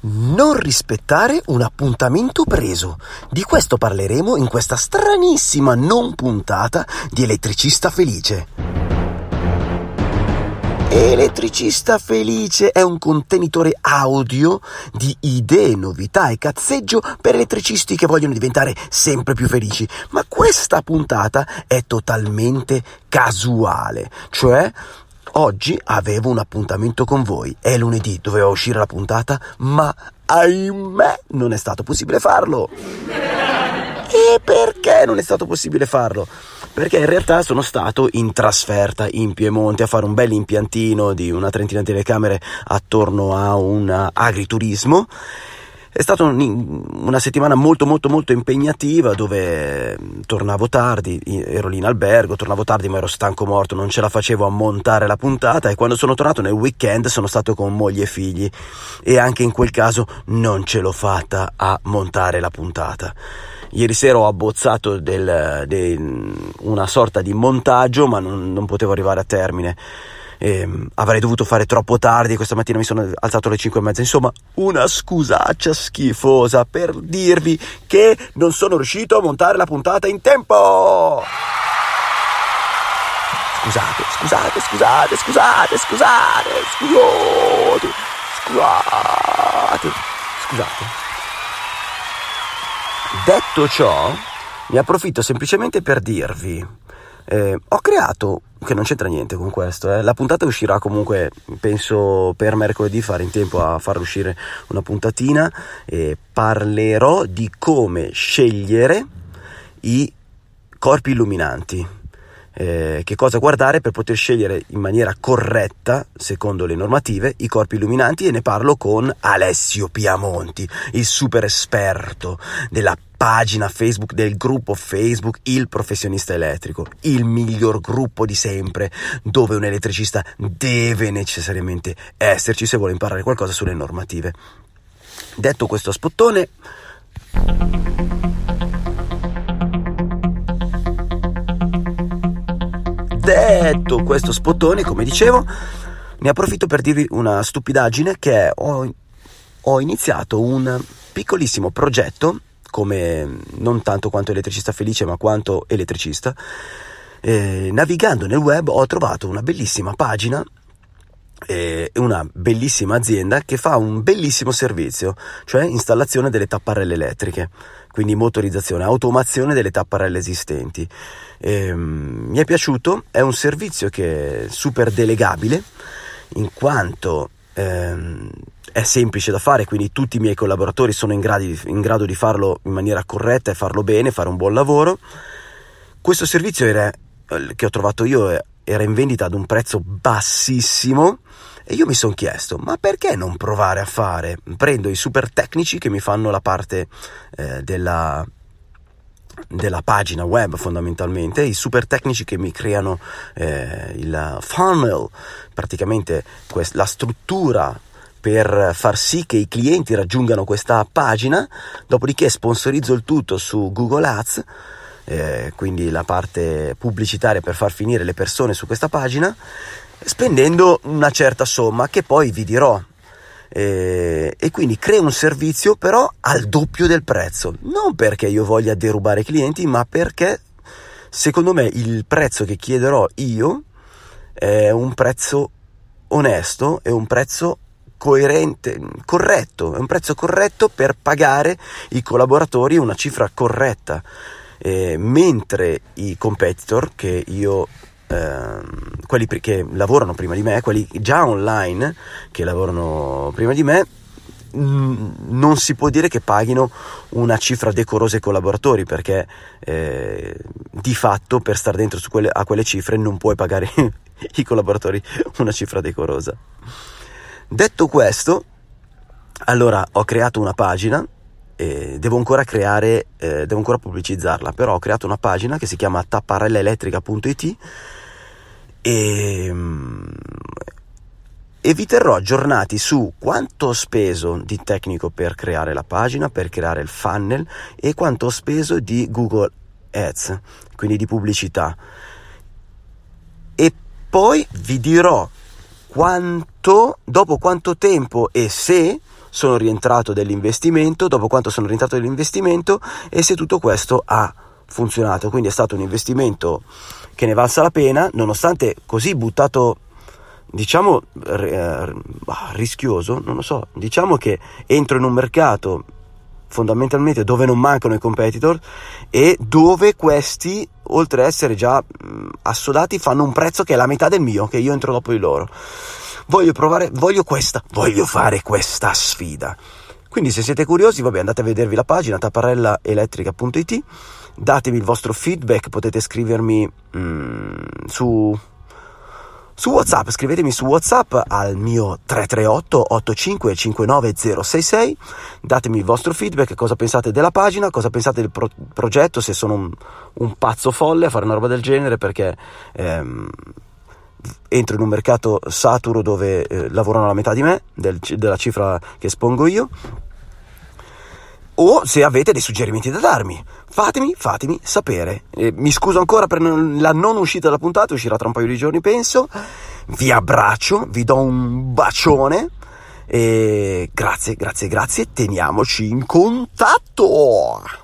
Non rispettare un appuntamento preso. Di questo parleremo in questa stranissima non puntata di Elettricista Felice. Elettricista Felice è un contenitore audio di idee, novità e cazzeggio per elettricisti che vogliono diventare sempre più felici. Ma questa puntata è totalmente casuale, cioè oggi avevo un appuntamento con voi, è lunedì, doveva uscire la puntata, ma ahimè non è stato possibile farlo. E perché non è stato possibile farlo? Perché in realtà sono stato in trasferta in Piemonte a fare un bel impiantino di una trentina di telecamere attorno a un agriturismo. È stata una settimana molto impegnativa, dove tornavo tardi, ero lì in albergo, tornavo tardi ma ero stanco morto, non ce la facevo a montare la puntata, e quando sono tornato nel weekend sono stato con moglie e figli e anche in quel caso non ce l'ho fatta a montare la puntata. Ieri sera ho abbozzato una sorta di montaggio, ma non potevo arrivare a termine. Avrei dovuto fare troppo tardi, questa mattina mi sono alzato alle 5:30, insomma una scusaccia schifosa per dirvi che non sono riuscito a montare la puntata in tempo. Scusate. Detto ciò, ne approfitto semplicemente per dirvi, ho creato, che non c'entra niente con questo, la puntata uscirà comunque, penso per mercoledì, fare in tempo a far uscire una puntatina, e parlerò di come scegliere i corpi illuminanti, che cosa guardare per poter scegliere in maniera corretta, secondo le normative, i corpi illuminanti, e ne parlo con Alessio Piamonti, il super esperto della pagina Facebook, del gruppo Facebook Il Professionista Elettrico, il miglior gruppo di sempre, dove un elettricista deve necessariamente esserci se vuole imparare qualcosa sulle normative. Detto questo spottone, come dicevo, ne approfitto per dirvi una stupidaggine, che ho iniziato un piccolissimo progetto, come non tanto quanto Elettricista Felice ma quanto elettricista. Navigando nel web ho trovato una bellissima pagina e una bellissima azienda che fa un bellissimo servizio, cioè installazione delle tapparelle elettriche, quindi motorizzazione, automazione delle tapparelle esistenti. Mi è piaciuto, è un servizio che è super delegabile, in quanto è semplice da fare, quindi tutti i miei collaboratori sono in grado di farlo in maniera corretta e farlo bene, fare un buon lavoro. Questo servizio che ho trovato io era in vendita ad un prezzo bassissimo, e io mi sono chiesto, ma perché non provare a fare? Prendo i super tecnici che mi fanno la parte della pagina web, fondamentalmente, i super tecnici che mi creano il funnel, praticamente la struttura per far sì che i clienti raggiungano questa pagina, dopodiché sponsorizzo il tutto su Google Ads, quindi la parte pubblicitaria per far finire le persone su questa pagina, spendendo una certa somma che poi vi dirò. E quindi creo un servizio però al doppio del prezzo, non perché io voglia derubare clienti, ma perché secondo me il prezzo che chiederò io è un prezzo onesto, è un prezzo coerente, corretto, è un prezzo corretto per pagare i collaboratori una cifra corretta, mentre i competitor quelli che lavorano prima di me, quelli già online che lavorano prima di me, non si può dire che paghino una cifra decorosa ai collaboratori, perché di fatto per stare dentro a quelle cifre non puoi pagare i collaboratori una cifra decorosa. Detto questo, allora ho creato una pagina, devo ancora pubblicizzarla, però ho creato una pagina che si chiama tapparelleelettrica.it e vi terrò aggiornati su quanto ho speso di tecnico per creare la pagina, per creare il funnel, e quanto ho speso di Google Ads, quindi di pubblicità, e poi vi dirò dopo quanto tempo e se sono rientrato dell'investimento, e se tutto questo ha funzionato. Quindi è stato un investimento che ne valsa la pena, nonostante così buttato, diciamo rischioso, non lo so, diciamo che entro in un mercato fondamentalmente dove non mancano i competitor e dove questi, oltre a essere già assodati, fanno un prezzo che è la metà del mio, che io entro dopo di loro. Voglio fare questa sfida. Quindi se siete curiosi, andate a vedervi la pagina tapparellaelettrica.it, datemi il vostro feedback, potete scrivermi su WhatsApp, scrivetemi su WhatsApp al mio 338 8559 066, datemi il vostro feedback, cosa pensate della pagina, cosa pensate del progetto, se sono un pazzo folle a fare una roba del genere, perché entro in un mercato saturo dove lavorano la metà di me, della cifra che espongo io, o se avete dei suggerimenti da darmi, fatemi sapere. Mi scuso ancora per la non uscita della puntata, uscirà tra un paio di giorni penso. Vi abbraccio, vi do un bacione e grazie, teniamoci in contatto.